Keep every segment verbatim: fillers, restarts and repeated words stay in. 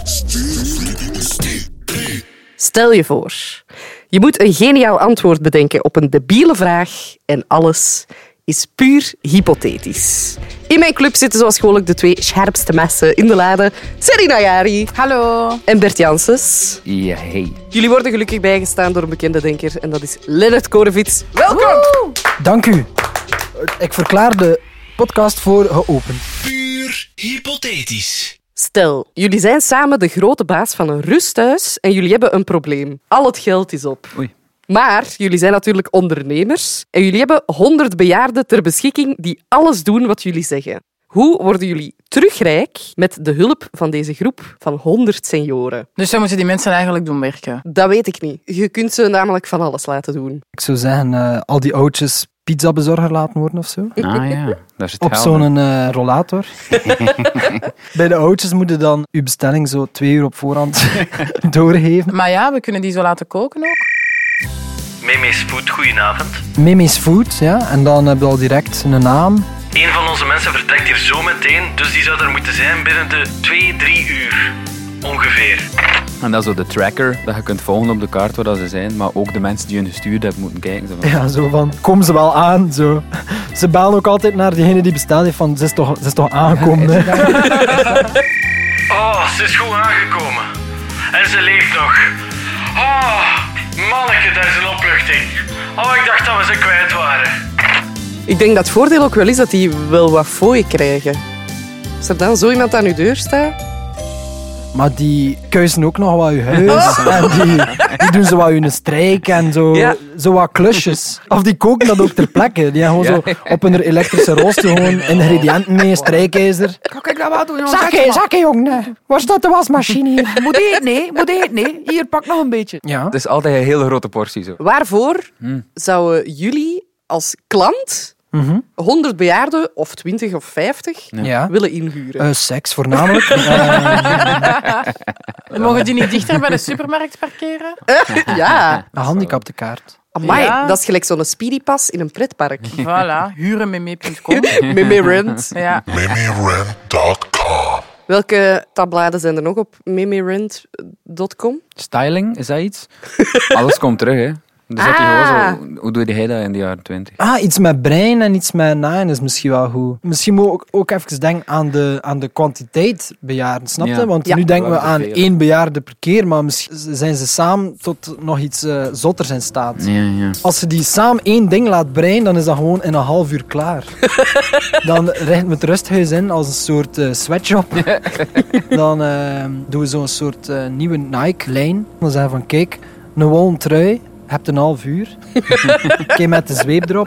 Stel je voor, je moet een geniaal antwoord bedenken op een debiele vraag en alles is puur hypothetisch. In mijn club zitten zoals gewoonlijk de twee scherpste messen in de lade. Serena Jari. Hallo. En Bert Janssens. Ja, hey. Jullie worden gelukkig bijgestaan door een bekende denker en dat is Lennart Korevits. Welkom! Woe! Dank u. Ik verklaar de podcast voor geopend. Puur hypothetisch. Stel, jullie zijn samen de grote baas van een rusthuis en jullie hebben een probleem. Al het geld is op. Oei. Maar jullie zijn natuurlijk ondernemers en jullie hebben honderd bejaarden ter beschikking die alles doen wat jullie zeggen. Hoe worden jullie terugrijk met de hulp van deze groep van honderd senioren? Dus dan moeten die mensen eigenlijk doen werken. Dat weet ik niet. Je kunt ze namelijk van alles laten doen. Ik zou zeggen, uh, al die oudjes pizzabezorger laten worden of zo. Ah ja, daar zit Op geld, zo'n uh, rollator. Bij de oudjes moet je dan je bestelling zo twee uur op voorhand doorgeven. Maar ja, we kunnen die zo laten koken ook. Mimi's Food, goedenavond. Mimi's Food, ja. En dan heb je al direct een naam. Een van onze mensen vertrekt hier zo meteen, dus die zou er moeten zijn binnen de twee, drie uur. Ongeveer. En dat is zo de tracker, dat je kunt volgen op de kaart waar dat ze zijn, maar ook de mensen die hun gestuurd hebben moeten kijken. Zo van, Ja, zo van, komen ze wel aan? Zo. Ze bellen ook altijd naar degene die besteld heeft van, ze is toch, ze is toch aangekomen? Hè? Oh, ze is goed aangekomen. En ze leeft nog. Oh, manneke, dat is een opluchting. Oh, ik dacht dat we ze kwijt waren. Ik denk dat het voordeel ook wel is dat die wel wat fooi krijgen. Als er dan zo iemand aan uw deur staat... Maar die kuisen ook nog wat je huis. En die, die doen zo wat je strijk en zo, Ja. zo wat klusjes. Of die koken dat ook ter plekke. Die hebben gewoon Ja. zo op hun elektrische rooster gewoon ingrediënten mee, strijkijzer. Kan ik dat wat doen, jongen? Zakke, zakke, jongen. Waar staat de wasmachine hier? Moet eten, nee. Moet eten, nee. Hier, pak nog een beetje. Ja. het is altijd een hele grote portie zo. Waarvoor Hmm. zouden jullie als klant Mhm. honderd bejaarden, of twintig of vijftig, Ja. willen inhuren? Eh, seks voornamelijk. Eh, We mogen die niet dichter bij de supermarkt parkeren? Ja. een handicaptenkaart. Amai, Ja. dat is gelijk zo'n speedypass in een pretpark. Voilà, huren met mee punt com. Mimi Rent. Ja. Mimirent dot com. Welke tabbladen zijn er nog op mimirent dot com? Styling, is dat iets? Alles komt terug, hè. Dus dat die Ah. gewoon zo, hoe doe jij dat in de jaren twintig? Ah, iets met brein en iets met naaien is misschien wel goed. Misschien moet ik ook, ook even denken aan de, aan de kwantiteit bejaarden, snap je? Ja. Want Ja. nu denken we Wel aan veel. één bejaarde per keer, maar misschien zijn ze samen tot nog iets uh, zotters in staat. Ja, ja. Als ze die samen één ding laat breien, dan is dat gewoon in een half uur klaar. Dan richten we het rusthuis in als een soort uh, sweatshop. Dan uh, doen we zo'n soort uh, nieuwe Nike-lijn. Dan zeggen we van, kijk, een wollen trui, je hebt een half uur. Kijk met de zweep erop.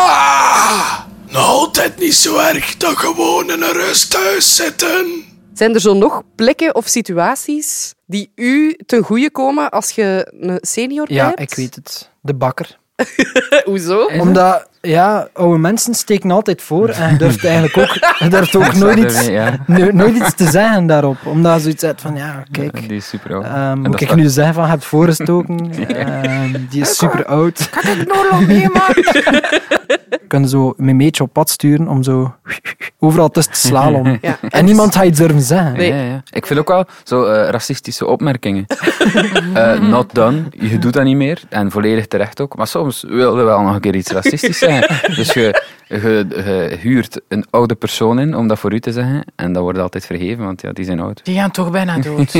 Ah, nog altijd niet zo erg dat gewoon in een rusthuis zitten. Zijn er zo nog plekken of situaties die u ten goede komen als je een senior Ja, hebt? ik weet het. De bakker. Hoezo? Omdat, ja, oude mensen steken altijd voor en je durft eigenlijk ook, je durft ook nooit, iets, Ja, no- nooit iets te zeggen daarop. Omdat je zoiets hebt van, ja, kijk, die is super oud. ehm, En moet dat ik is nu zeggen van, je hebt voorgestoken, Ehm, die is super oud. Kan ik nog meemaken? Je kunt zo een meetje op pad sturen om zo overal tussen te slalom. Ja. En niemand gaat iets durven zeggen. Nee. Ja, ja. Ik vind ook wel zo eh, racistische opmerkingen. Eh, not done, je doet dat niet meer. En volledig terecht ook. Maar soms wil je wel nog een keer iets racistisch zeggen. Dus je, je, je huurt een oude persoon in om dat voor u te zeggen. En dat wordt altijd vergeven, want ja, die zijn oud. Die gaan toch bijna dood.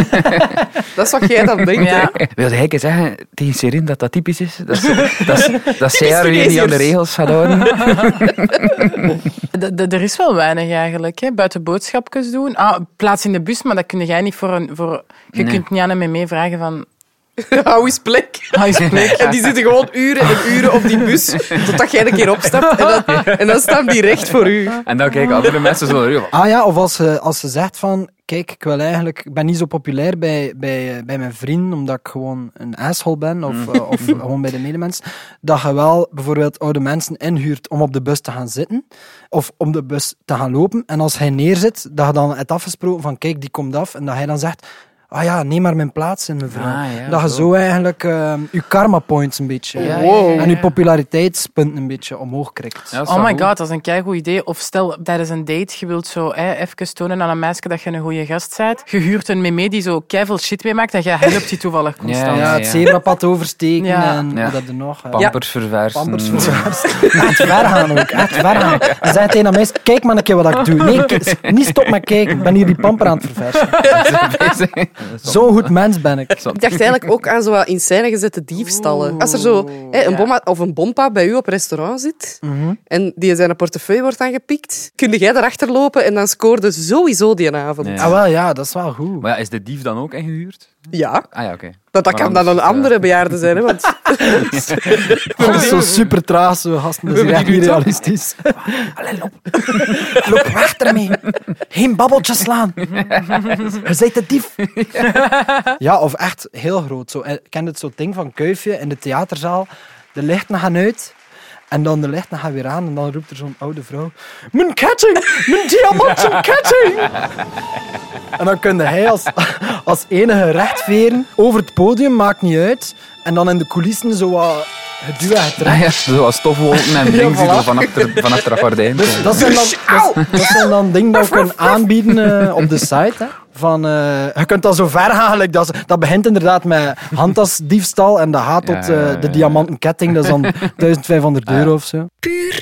Dat is wat jij dan denkt. Ja. Wilde hij eens zeggen tegen Serin dat dat typisch is? Dat, is- dat, is- dat zij haar weer niet aan de regels gaat houden? D- d- er is wel weinig eigenlijk. Hè. Buiten boodschapjes doen. Ah, plaats in de bus, maar dat kun jij niet voor een... Voor, je Nee. kunt niet aan hem mee vragen van... Hou eens plek. Hou eens plek. En die zitten gewoon uren en uren op die bus, totdat jij een keer opstapt. En dan, en dan staan die recht voor u. En dan kijken andere mensen zo naar u. Ah ja, of als ze, als ze zegt van, kijk, ik wil eigenlijk, ik ben niet zo populair bij, bij, bij mijn vrienden, omdat ik gewoon een asshole ben, of, uh, of gewoon bij de medemens, dat je wel bijvoorbeeld oude mensen inhuurt om op de bus te gaan zitten, of om de bus te gaan lopen, en als hij neerzit, dat je dan hebt afgesproken van, kijk, die komt af, en dat hij dan zegt, ah ja, neem maar mijn plaats in, mevrouw. Ah, ja, dat je zo. zo eigenlijk uh, je karma points een beetje Ja, Wow. ja, ja. en je populariteitspunten een beetje omhoog krijgt. Ja, dat is Oh wel my goed. god, dat is een keigoed idee. Of stel, tijdens een date, je wilt zo hè, even tonen aan een meisje dat je een goede gast bent. Je huurt een meme die zo keiveel shit meemaakt en jij helpt die toevallig constant. Ja, ja, het ja. zebrapad oversteken Ja. en Ja. wat heb je nog? Uh, Pampers verversen. Pampers verversen. Echt ver gaan ook, echt ver gaan. Dan zei tegen mij, kijk maar een keer wat ik doe. Nee, k- niet stop met kijken. Ik ben hier die pamper aan het verversen. Zo'n goed mens ben ik. Ik dacht eigenlijk ook aan zo wat in scène gezette diefstallen. Als er zo hè, een, Ja. bomma, of een bompa bij u op restaurant zit Mhm. en die zijn portefeuille wordt aangepikt, kun jij erachter lopen en dan scoorde sowieso die avond. Ja. Ah wel, ja, dat is wel goed. Maar ja, is de dief dan ook ingehuurd? Ja, Ah ja, oké. dat, dat Maar kan dan een anders, ja. andere bejaarde zijn. Hè, want Dat is zo super traag, zo gasten. Dat is echt niet realistisch. Allee, loop. Loop weg ermee. Geen babbeltjes slaan. Je bent de dief. Ja, of echt heel groot. Zo, ik ken het zo'n ding van Kuifje in de theaterzaal. De lichten gaan uit. En dan de lichten gaan weer aan. En dan roept er zo'n oude vrouw... Mijn ketting! Mijn diamanten ketting! En dan kun hij als, als enige rechtveren over het podium, maakt niet uit. En dan in de coulissen zo wat geduw en getrek. Ah ja, zoals stofwolken en dingen Ja, die zo voilà. van achter, van achter dat gordijn Dus komen. dat zijn dan, dat, dat zijn dan dingen dat we kunnen aanbieden uh, op de site. Hè. Van, uh, je kunt dat zo ver gaan. Like dat, is- dat begint inderdaad met handtasdiefstal en dat gaat tot Ja, uh, ja, ja, de ja. diamanten ketting. Dat is dan duizend vijfhonderd euro of zo. Puur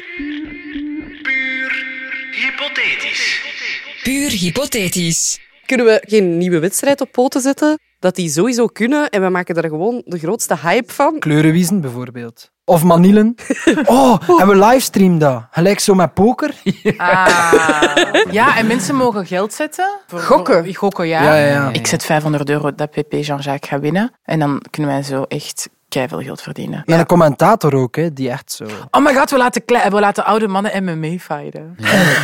hypothetisch. Puur hypothetisch. kunnen we geen nieuwe wedstrijd op poten zetten? Dat die sowieso kunnen en we maken er gewoon de grootste hype van. Kleurenwiezen bijvoorbeeld. Of manielen. Oh, en we livestreamen dat. Gelijk zo met poker. Ah. Ja, en mensen mogen geld zetten. Voor, Gokken. voor- gokken, ja. Ja, ja, ja. Ik zet vijfhonderd euro dat P P Jean-Jacques gaat winnen. En dan kunnen wij zo echt keiveel geld verdienen. Met een commentator ook, hè, die echt zo... Oh my god, we laten, klei- we laten oude mannen M M A fighten.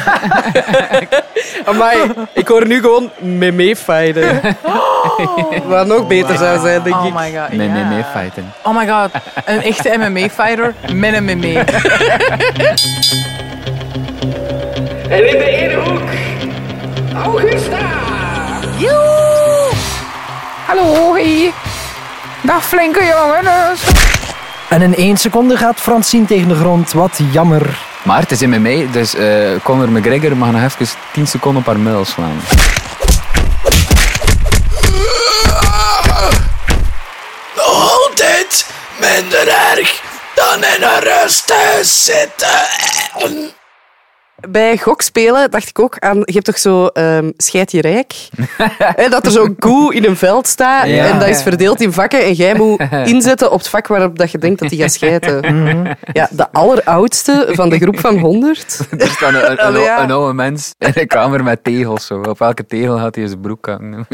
Amai, ik hoor nu gewoon meme-fighten. Wat nog beter zou zijn, denk ik. Oh my god, Nee, ja. nee, nee, feiten. Oh my god, een echte M M A fighter met een M M A. En in de ene hoek, Augusta. Hallo, hey. Dag, flinke jongens. En in één seconde gaat Francine tegen de grond. Wat jammer. Maar het is M M A, dus eh Conor McGregor mag nog even tien seconden op haar muil slaan. Nog altijd minder erg dan in een rusthuis zitten. Bij gokspelen dacht ik ook aan... Je hebt toch zo ehm scheid je rijk? Hè, dat er zo'n koe in een veld staat Ja. en dat is verdeeld in vakken en jij moet inzetten op het vak waarop dat je denkt dat hij gaat schijten. Ja, de alleroudste van de groep van honderd. Er staat een, een, een, Allee, ja. een oude mens in een kamer met tegels. Zo. Op elke tegel gaat hij zijn broek hangen.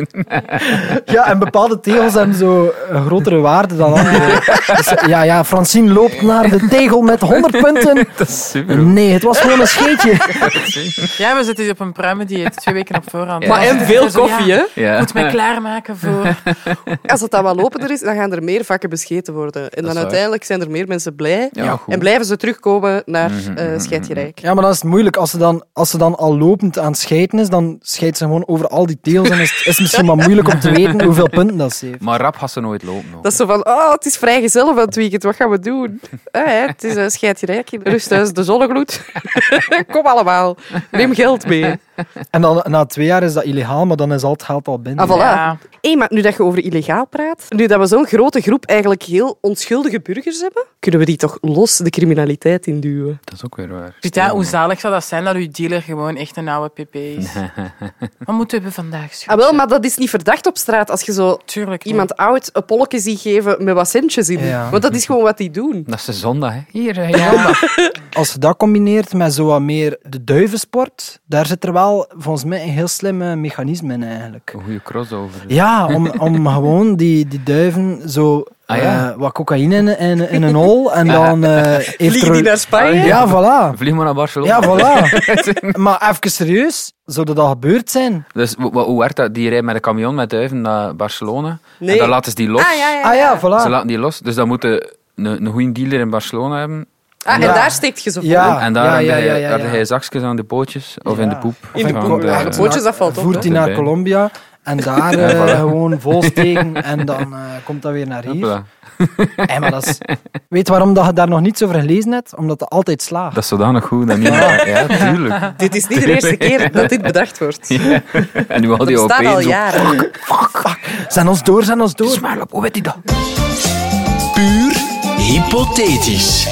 Ja, en bepaalde tegels hebben zo een grotere waarde dan andere. Dus, ja, ja, Francine loopt naar de tegel met honderd punten. Dat is super. Nee, het was gewoon een scheetje. Ja, we zitten hier op een pruimendieet, twee weken op voorhand. Ja. Maar en veel koffie, hè? Je Ja. moet mij klaarmaken voor... Als het dan wat lopender is, dan gaan er meer vakken bescheten worden. En dan waar. uiteindelijk zijn er meer mensen blij. Ja, goed. En blijven ze terugkomen naar uh, Scheid je rijk. Ja, maar dan is het moeilijk. Als ze dan, als ze dan al lopend aan het scheiden is, dan scheidt ze gewoon over al die tegels. En is het is misschien maar moeilijk om te weten hoeveel punten dat ze heeft. Maar rap gaat ze nooit lopen. ook. Dat is zo van, oh, het is vrijgezellig van het weekend, wat gaan we doen? Ah, hè, het is een Scheid je rijk in Rusthuis, de zonnegloed. Kom allemaal, neem geld mee. En dan na twee jaar is dat illegaal, maar dan is al het geld al binnen. Ah, voilà. Ja. Hé, maar nu dat je over illegaal praat, nu dat we zo'n grote groep eigenlijk heel onschuldige burgers hebben, kunnen we die toch los de criminaliteit induwen? Dat is ook weer waar. Pita, hoe zalig zou dat zijn dat uw dealer gewoon echt een oude P P is? Wat moeten we vandaag Ah, wel, maar dat is niet verdacht op straat als je zo Tuurlijk niet. iemand oud een polletje ziet geven met wat centjes in. Ja. Want dat is gewoon wat die doen. Dat is de zondag, hè. Hier, eh, ja. Als je dat combineert met zo wat meer de duivensport, daar zit er wel volgens mij een heel slim eh, mechanisme in eigenlijk. Een goede crossover. Ja, om, om gewoon die, die duiven zo Ah, ja. eh, wat cocaïne in, in, in een hol en dan eh heeft Vliegen er... die naar Spanje? Ja, voilà. Vlieg maar naar Barcelona. Ja, voilà. Maar even serieus, zou dat al gebeurd zijn? Dus wo- wo- hoe werkt dat? Die rijden met een camion met duiven naar Barcelona. Nee. En dan laten ze die los. Ah, ja, ja. Ah ja, voilà. Ze laten die los. Dus dan moeten een, een goede dealer in Barcelona hebben. Ah, en Ja. daar steekt je zo voor. Ja. en daar ja, heb ja, je ja, ja, heb ja. je zakjes aan de pootjes of Ja. in de poep. In de van poep. de- Ja, de pootjes, dat valt op. Voert hè. hij naar Erbij. Colombia en daar Ja, uh, voilà. gewoon volsteken en dan uh, komt dat weer naar hier. Hopla. Hey, maar dat is... Weet je waarom dat je daar nog niets over gelezen hebt? Omdat het altijd slaagt. Dat is zodanig goed. Dat niet meer... Ja, tuurlijk. Dit is niet de eerste keer dat dit bedacht wordt. Ja. En nu al Dat die bestaat al opeens op... jaren. Zend ons door, zend ons door. Maar hoe weet hij dat? Puur hypothetisch.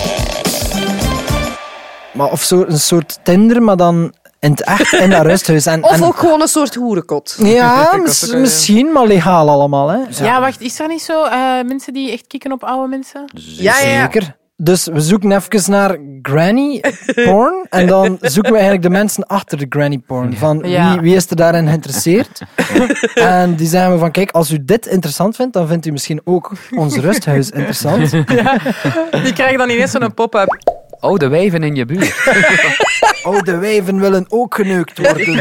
Maar of zo, een soort Tinder, maar dan in het echt in dat rusthuis. En, Of en, ook gewoon een soort hoerenkot. ja, Ik mis- was ook, eh, misschien, maar legaal allemaal. Hè. Ja, wacht, is dat niet zo? Uh, mensen die echt kikken op oude mensen? Ja, ja, ja. Zeker. Dus we zoeken even naar granny porn en dan zoeken we eigenlijk de mensen achter de granny porn. Van Ja. wie, wie is er daarin geïnteresseerd? En die zeggen we van, kijk, als u dit interessant vindt, dan vindt u misschien ook ons rusthuis interessant. Die krijgen dan ineens zo'n pop-up. Oh, de wijven in je buurt. Oude wijven willen ook geneukt worden.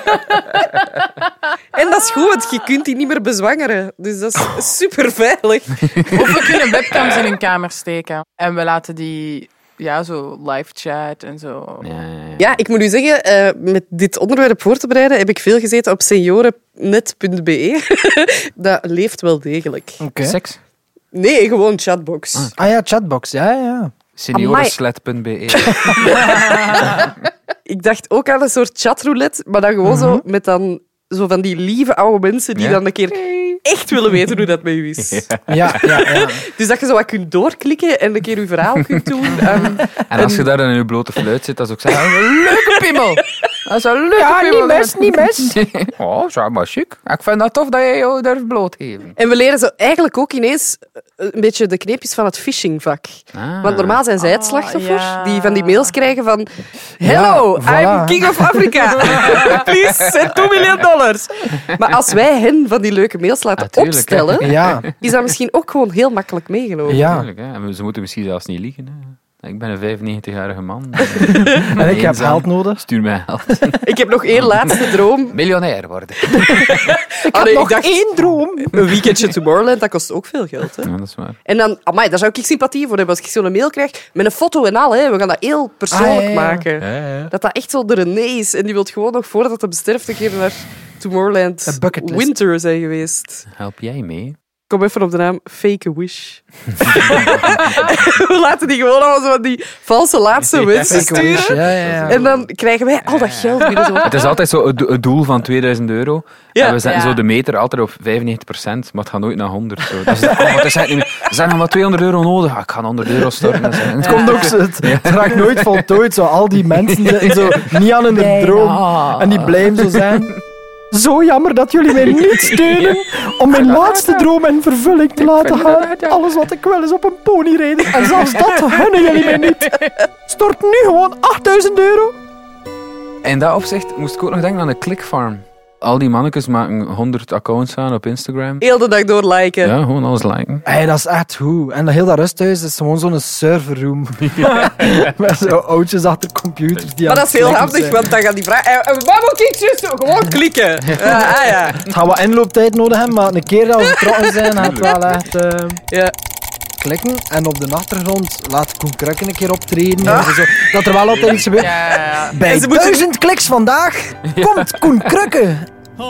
En dat is goed, want je kunt die niet meer bezwangeren. Dus dat is super veilig. Of we kunnen webcams in een kamer steken. En we laten die... Ja, zo live chat en zo. Ja, ja, ja. Ja, ik moet u zeggen, uh, met dit onderwerp voor te bereiden heb ik veel gezeten op seniorennet punt be. Dat leeft wel degelijk. Oké. Seks? Nee, gewoon chatbox. Ah ja, chatbox, ja, ja. Seniorenslet punt be. Ik dacht ook aan een soort chatroulette, maar dan gewoon zo met dan zo van die lieve oude mensen die Ja. dan een keer echt willen weten hoe dat met u is. Ja, ja, ja. Dus dat je zo wat kunt doorklikken en een keer je verhaal kunt doen. Um, En als je daar in je blote fluit zit, dat is ook zeggen, "Oh, een leuke pimmel. Dat is een leuke Ja, pimmel. niet mis, niet mis. Oh, zo maar chic. Ik vind dat tof dat jij jou durft blootgeven. en we leren zo eigenlijk ook ineens een beetje de kneepjes van het phishingvak. Ah. Want normaal zijn zij het Ah, slachtoffer ja. die van die mails krijgen van Hello, Ja, I'm voilà. king of Africa. Please send two million dollars. Maar als wij hen van die leuke mails laten Natuurlijk, opstellen, hè. Ja, is dat misschien ook gewoon heel makkelijk meegenomen. ja. Tuurlijk, hè. En ze moeten misschien zelfs niet liegen. Hè. Ik ben een vijfennegentigjarige man. En ik heb Eenzaam. geld nodig. Stuur mij geld. Ik heb nog één laatste droom. Miljonair worden. Ik Allee, heb ik nog dacht- één droom. Een weekendje Tomorrowland, dat kost ook veel geld. Hè? Ja, dat is waar. En dan, amai, daar zou ik sympathie voor hebben als ik zo'n mail krijg met een foto en al. Hè. We gaan dat heel persoonlijk Ah, ja, ja. maken. Ja, ja. Dat dat echt zo de René is. En die wil gewoon nog voordat hij besterft een keer naar Tomorrowland Een bucketlist. Winter zijn geweest. Help jij mee? Kom even op de naam Fake a Wish. We laten die gewoon allemaal zo van die valse laatste wensen Fake a wish, sturen. ja, ja, ja. En dan krijgen wij al dat geld binnen. Zo. Het is altijd zo het do- het doel van tweeduizend euro. Ja. En we zetten Ja. zo de meter altijd op vijfennegentig procent, maar het gaat nooit naar honderd. Zo. Dat is, oh, wat is het nu? Er zijn nog maar tweehonderd euro nodig. Ah, ik ga honderd euro storten. Dat is- Het komt ook zo, het, het raakt nooit voltooid. Zo, al die mensen zitten zo niet aan hun droom. En die blijven zo zijn. Zo jammer dat jullie mij niet steunen om mijn laatste droom in vervulling te laten gaan. Alles wat ik wil is op een pony rijden. En zelfs dat gunnen jullie mij niet. Stort nu gewoon achtduizend euro. In dat opzicht moest ik ook nog denken aan een clickfarm. Al die mannetjes maken honderd accounts aan op Instagram. Heel de dag door liken. Ja, gewoon alles liken. Hey, dat is echt goed. En heel dat rusthuis is gewoon zo'n serverroom. Met zo oudjes achter computers. Die Maar aan dat is heel het klikken handig, zijn. want dan gaan die vragen... Eh, wat moet ik juist doen? Gewoon klikken. Ja, ah, ja. Het gaat wat inlooptijd nodig hebben, maar een keer dat we trokken zijn, gaat het wel echt eh, Ja. klikken. En op de achtergrond laat Koen Krukken een keer optreden. En zo, dat er wel altijd iets gebeurt. Ja, ja, ja. Bij En ze moeten- duizend kliks vandaag komt Koen Krukken.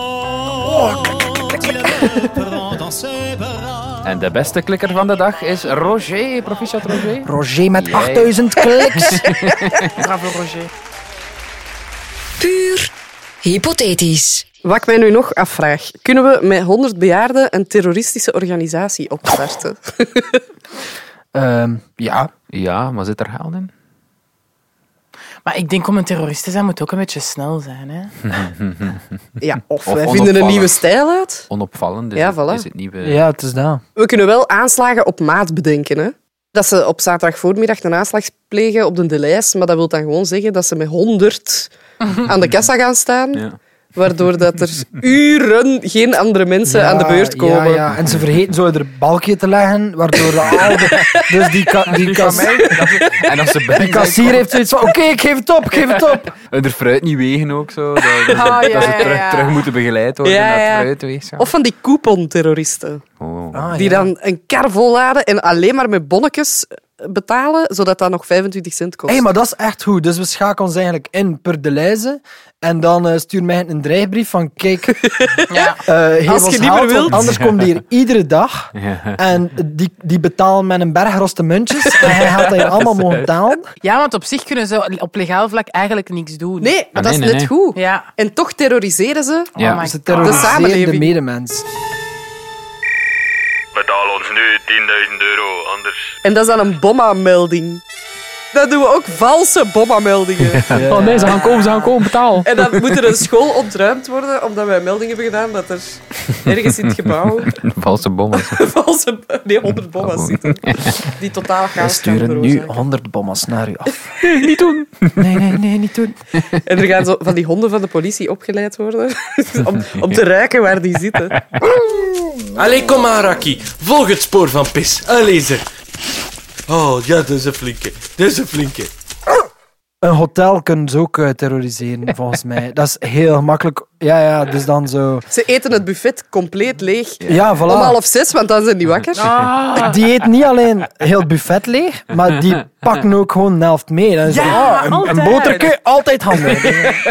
En de beste klikker van de dag is Roger. Proficiat Roger. Roger met Jij. achtduizend kliks. Bravo, Roger. Puur hypothetisch. Wat ik mij nu nog afvraag. Kunnen we met honderd bejaarden een terroristische organisatie opstarten? Ehm, ja. Ja, maar zit er geld in? Maar ik denk om een terrorist te zijn, moet ook een beetje snel zijn. Hè? Ja, of, Of wij vinden een onopvallend. nieuwe stijl uit. Onopvallend is, Ja, het, voilà. is het nieuwe... ja, het is dat. We kunnen wel aanslagen op maat bedenken. Hè? Dat ze op zaterdag voormiddag een aanslag plegen op de Deleis, maar dat wil dan gewoon zeggen dat ze met honderd aan de kassa gaan staan. Ja. Waardoor dat er uren geen andere mensen Ja, aan de beurt komen. Ja, ja. En ze vergeten zo er balkje te leggen, waardoor de al de, dus die, ka, die, kas, En als ze bij die kassier heeft zoiets van, oké, ik geef het op, ik geef het op. En er fruit niet wegen ook zo. Dat, dat, Ah, dat ja, ze ja, terug, ja. terug moeten begeleid worden Ja, naar ja. het fruit weegzaam. Of van die couponterroristen. Oh. Ah, Die ja. dan een kar vol laden en alleen maar met bonnetjes betalen, zodat dat nog vijfentwintig cent kost. Hé, hey, maar dat is echt goed. Dus we schakelen ons eigenlijk in per de lijze. En dan uh, stuur mij een dreigbrief van, kijk, Ja. uh, Als je niet meer wilt. anders komt hij hier iedere dag. Ja. En die, die betalen met een berg roste muntjes. En hij gaat dat hier allemaal mogen betalen. Ja, want op zich kunnen ze op legaal vlak eigenlijk niks doen. Nee, maar Ah, dat is nee, nee, net nee. goed. Ja. En toch terroriseren ze. Ja. Oh my Ze God. De terroriseren de, samenleving. medemens. Betaal ons nu tienduizend euro, anders... En dat is dan een bomma-melding. Dan doen we ook valse bomma-meldingen. Oh nee, ze gaan komen, ze gaan komen, betaal. En dan moet er een school ontruimd worden, omdat wij een melding hebben gedaan dat er ergens in het gebouw Valse bommen. valse... Nee, honderd bomma's zitten. Die totaal We chaos gaan sturen nu veroorzaken. honderd bommas naar u af. Niet doen. Nee, nee, nee, niet doen. En er gaan zo van die honden van de politie opgeleid worden om, om te ruiken waar die zitten. Allee, kom maar, Raki. Volg het spoor van Pis. Allee, zeg. Oh, ja, dat is een flinke. Dat is een flinke. Een hotel kunnen ze ook uh, terroriseren, volgens mij. Dat is heel gemakkelijk. Ja, ja, dus dan zo... Ze eten het buffet compleet leeg. Ja, voilà. Om half zes, want dan zijn die wakker. Die eet niet alleen heel het buffet leeg, maar die pakken ook gewoon een helft mee. Dan is het, Ja, oh, een, een altijd. boterke, altijd handig.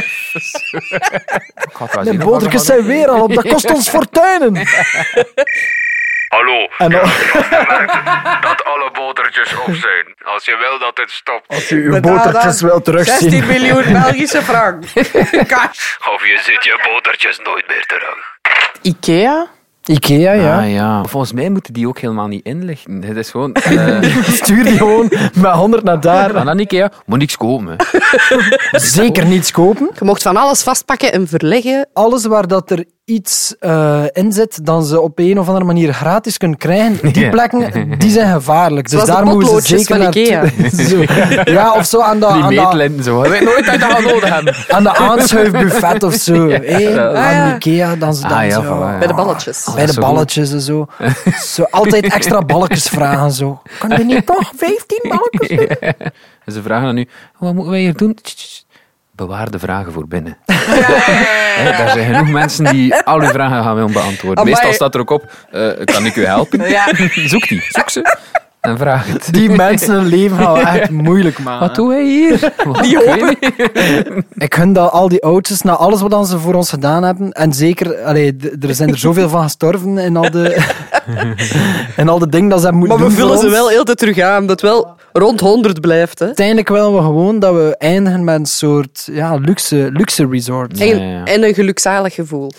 De boterkes zijn weer al op, dat kost ons fortuinen. Hallo, En dan, dat alle botertjes op zijn. Als je wil dat het stopt. als je uw Betaal botertjes dan wil terugzien. zestien miljoen Belgische frank. Cash. Of je ziet je botertjes nooit meer terug. Ikea? Ikea, ja. Ah ja. Volgens mij moeten die ook helemaal niet inlichten. Het is gewoon... eh Stuur die gewoon met honderd naar daar. aan Ikea, moet niks kopen. Zeker niets kopen. Je mocht van alles vastpakken en verleggen. Alles waar dat er iets uh, in zit dan ze op een of andere manier gratis kunnen krijgen, die Ja. plekken die zijn gevaarlijk. Dus Zoals de daar moeten ze potloodjes zeker van Ikea. naartoe. Zo. Ja, of zo aan de, Die aan de, meetlinten zo. We weten nooit dat je dat gaat nodig hebben. aan de aanschuifbuffet of zo. Hey, Ja. aan Ikea dan ze dan Ah, ja, zo. voilà, ja. Bij de balletjes. Bij de Zo balletjes en zo. zo. Altijd extra balletjes vragen. Zo. Kan je niet toch vijftien balletjes doen? En ze vragen dan nu, wat moeten wij hier doen? Tss, tss. Bewaar de vragen voor binnen. Hè, daar zijn genoeg mensen die al uw vragen gaan willen beantwoorden. Amai. Meestal staat er ook op, eh, kan ik u helpen? Ja. Zoek die, zoek ze. En vraag het. Die mensen hun leven gaan echt moeilijk maken. Wat doen wij hier? Die hopen. Ik gun dat al die oudjes, na alles wat ze voor ons gedaan hebben, en zeker, allee, d- er zijn er zoveel van gestorven in al de, in al de dingen dat ze hebben moeten Maar we doen voor vullen ze ons. wel heel de terug aan, dat het wel rond honderd blijft. Hè. Uiteindelijk willen we gewoon dat we eindigen met een soort ja, luxe, luxe resort. En, Ja, ja, ja. en een gelukzalig gevoel.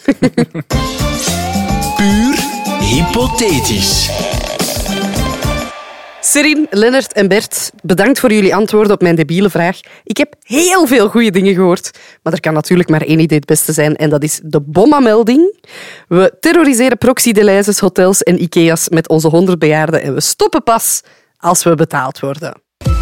Puur hypothetisch. Serine, Lennart en Bert, bedankt voor jullie antwoorden op mijn debiele vraag. Ik heb heel veel goede dingen gehoord, maar er kan natuurlijk maar één idee het beste zijn en dat is de bomma-melding. We terroriseren proxy-delijzes, hotels en Ikea's met onze honderd bejaarden en we stoppen pas als we betaald worden.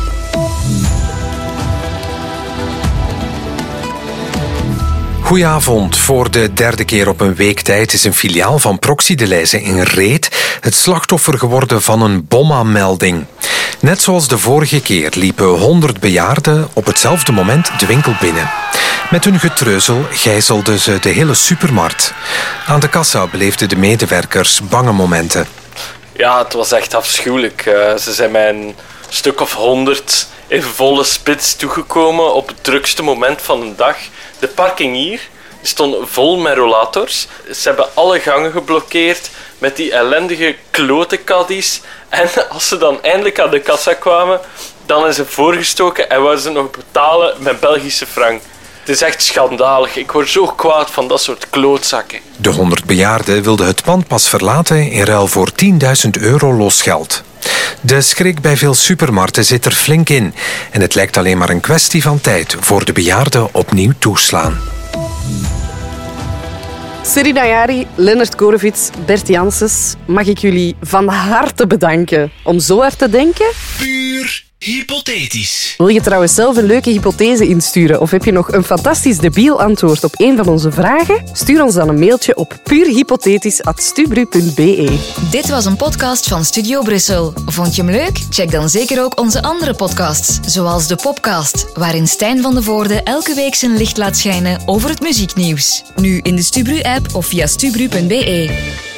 Goedenavond. Voor de derde keer op een week tijd is een filiaal van Proxy de Leize in Reet het slachtoffer geworden van een bomma-melding. Net zoals de vorige keer liepen honderd bejaarden op hetzelfde moment de winkel binnen. Met hun getreuzel gijzelden ze de hele supermarkt. Aan de kassa beleefden de medewerkers bange momenten. Ja, het was echt afschuwelijk. Uh, ze zijn mij een stuk of honderd in volle spits toegekomen op het drukste moment van de dag. De parking hier stond vol met rollators. Ze hebben alle gangen geblokkeerd met die ellendige klote caddies. En als ze dan eindelijk aan de kassa kwamen, dan is ze voorgestoken en wouden ze nog betalen met Belgische frank. Het is echt schandalig. Ik word zo kwaad van dat soort klootzakken. De honderd bejaarden wilden het pand pas verlaten in ruil voor tienduizend euro losgeld. De schrik bij veel supermarkten zit er flink in. En het lijkt alleen maar een kwestie van tijd voor de bejaarden opnieuw toeslaan. Serine Ayari, Lennart Korevits, Bert Janssens, mag ik jullie van harte bedanken om zo hard te denken? Puur hypothetisch. Wil je trouwens zelf een leuke hypothese insturen of heb je nog een fantastisch debiel antwoord op een van onze vragen? Stuur ons dan een mailtje op puurhypothetisch at stubru punt be. Dit was een podcast van Studio Brussel. Vond je hem leuk? Check dan zeker ook onze andere podcasts, zoals de Popcast, waarin Stijn van de Voorde elke week zijn licht laat schijnen over het muzieknieuws. Nu in de Stubru-app of via stubru punt be.